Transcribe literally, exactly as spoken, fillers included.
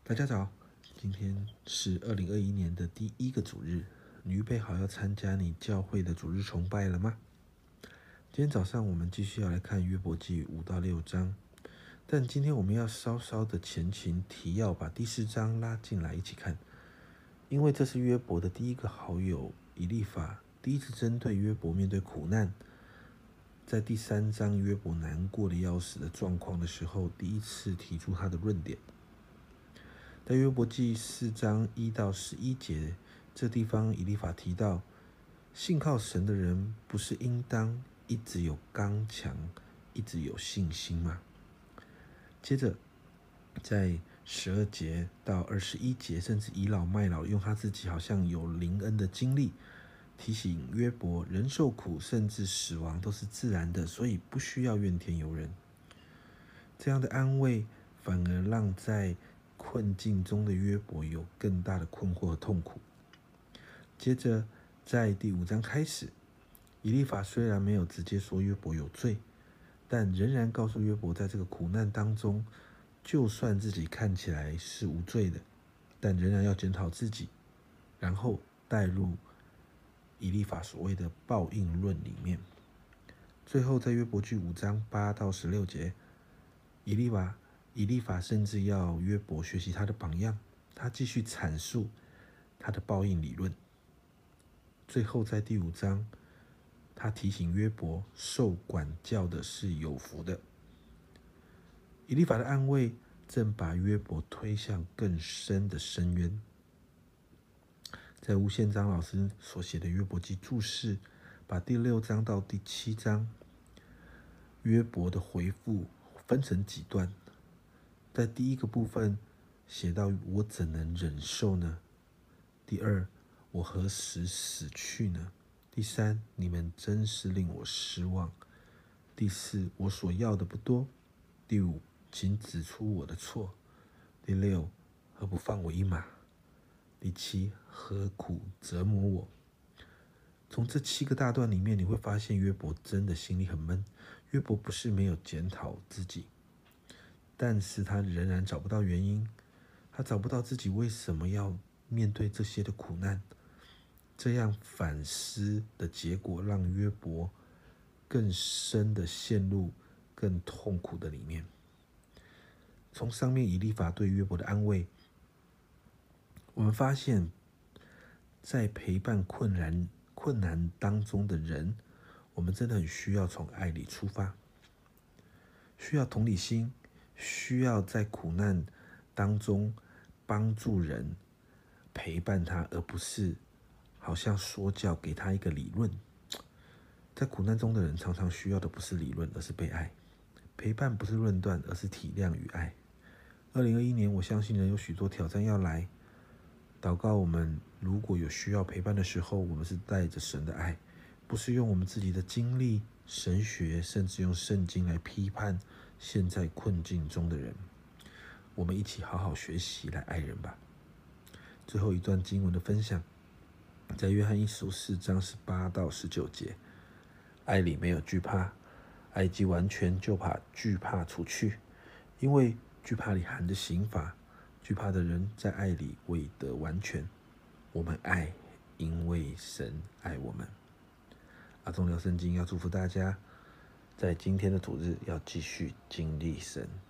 大家早，今天是二零二一年的第一个主日，你预备好要参加你教会的主日崇拜了吗？今天早上我们继续要来看约伯记五到六章，但今天我们要稍稍的前情提要，把第四章拉进来一起看，因为这是约伯的第一个好友以利法第一次针对约伯面对苦难，在第三章约伯难过的要死的状况的时候，第一次提出他的论点。在约伯记四章一到十一节，这地方以利法提到，信靠神的人不是应当一直有刚强，一直有信心吗？接着，在十二节到二十一节，甚至倚老卖老，用他自己好像有灵恩的经历，提醒约伯，人受苦甚至死亡都是自然的，所以不需要怨天尤人。这样的安慰，反而让在困境中的约伯有更大的困惑和痛苦。接着，在第五章开始，以利法虽然没有直接说约伯有罪，但仍然告诉约伯，在这个苦难当中，就算自己看起来是无罪的，但仍然要检讨自己，然后带入以利法所谓的报应论里面。最后，在约伯记五章八到十六节，以利法以利法甚至要约伯学习他的榜样，他继续阐述他的报应理论。最后在第五章，他提醒约伯，受管教的是有福的。以利法的安慰正把约伯推向更深的深渊。在吴宪章老师所写的约伯记注释，把第六章到第七章约伯的回复分成几段。在第一个部分写到，我怎能忍受呢？第二，我何时死去呢？第三，你们真是令我失望。第四，我所要的不多。第五，请指出我的错。第六，何不放我一马？第七，何苦折磨我？从这七个大段里面，你会发现约伯真的心里很闷。约伯不是没有检讨自己，但是他仍然找不到原因，他找不到自己为什么要面对这些的苦难。这样反思的结果，让约伯更深的陷入更痛苦的里面。从上面以利法对约伯的安慰，我们发现，在陪伴困难困难当中的人，我们真的很需要从爱里出发，需要同理心，需要在苦难当中帮助人，陪伴他，而不是好像说教给他一个理论。在苦难中的人常常需要的不是理论，而是被爱。陪伴不是论断，而是体谅与爱。二零二一年，我相信人有许多挑战要来。祷告我们如果有需要陪伴的时候，我们是带着神的爱，不是用我们自己的经历、神学，甚至用圣经来批判现在困境中的人。我们一起好好学习来爱人吧。最后一段经文的分享，在约翰一书四章十八到十九节，爱里没有惧怕，爱既完全，就把惧怕除去，因为惧怕里含着刑罚，惧怕的人在爱里未得完全。我们爱，因为神爱我们。阿忠聊圣经要祝福大家，在今天的主日要继续经历神。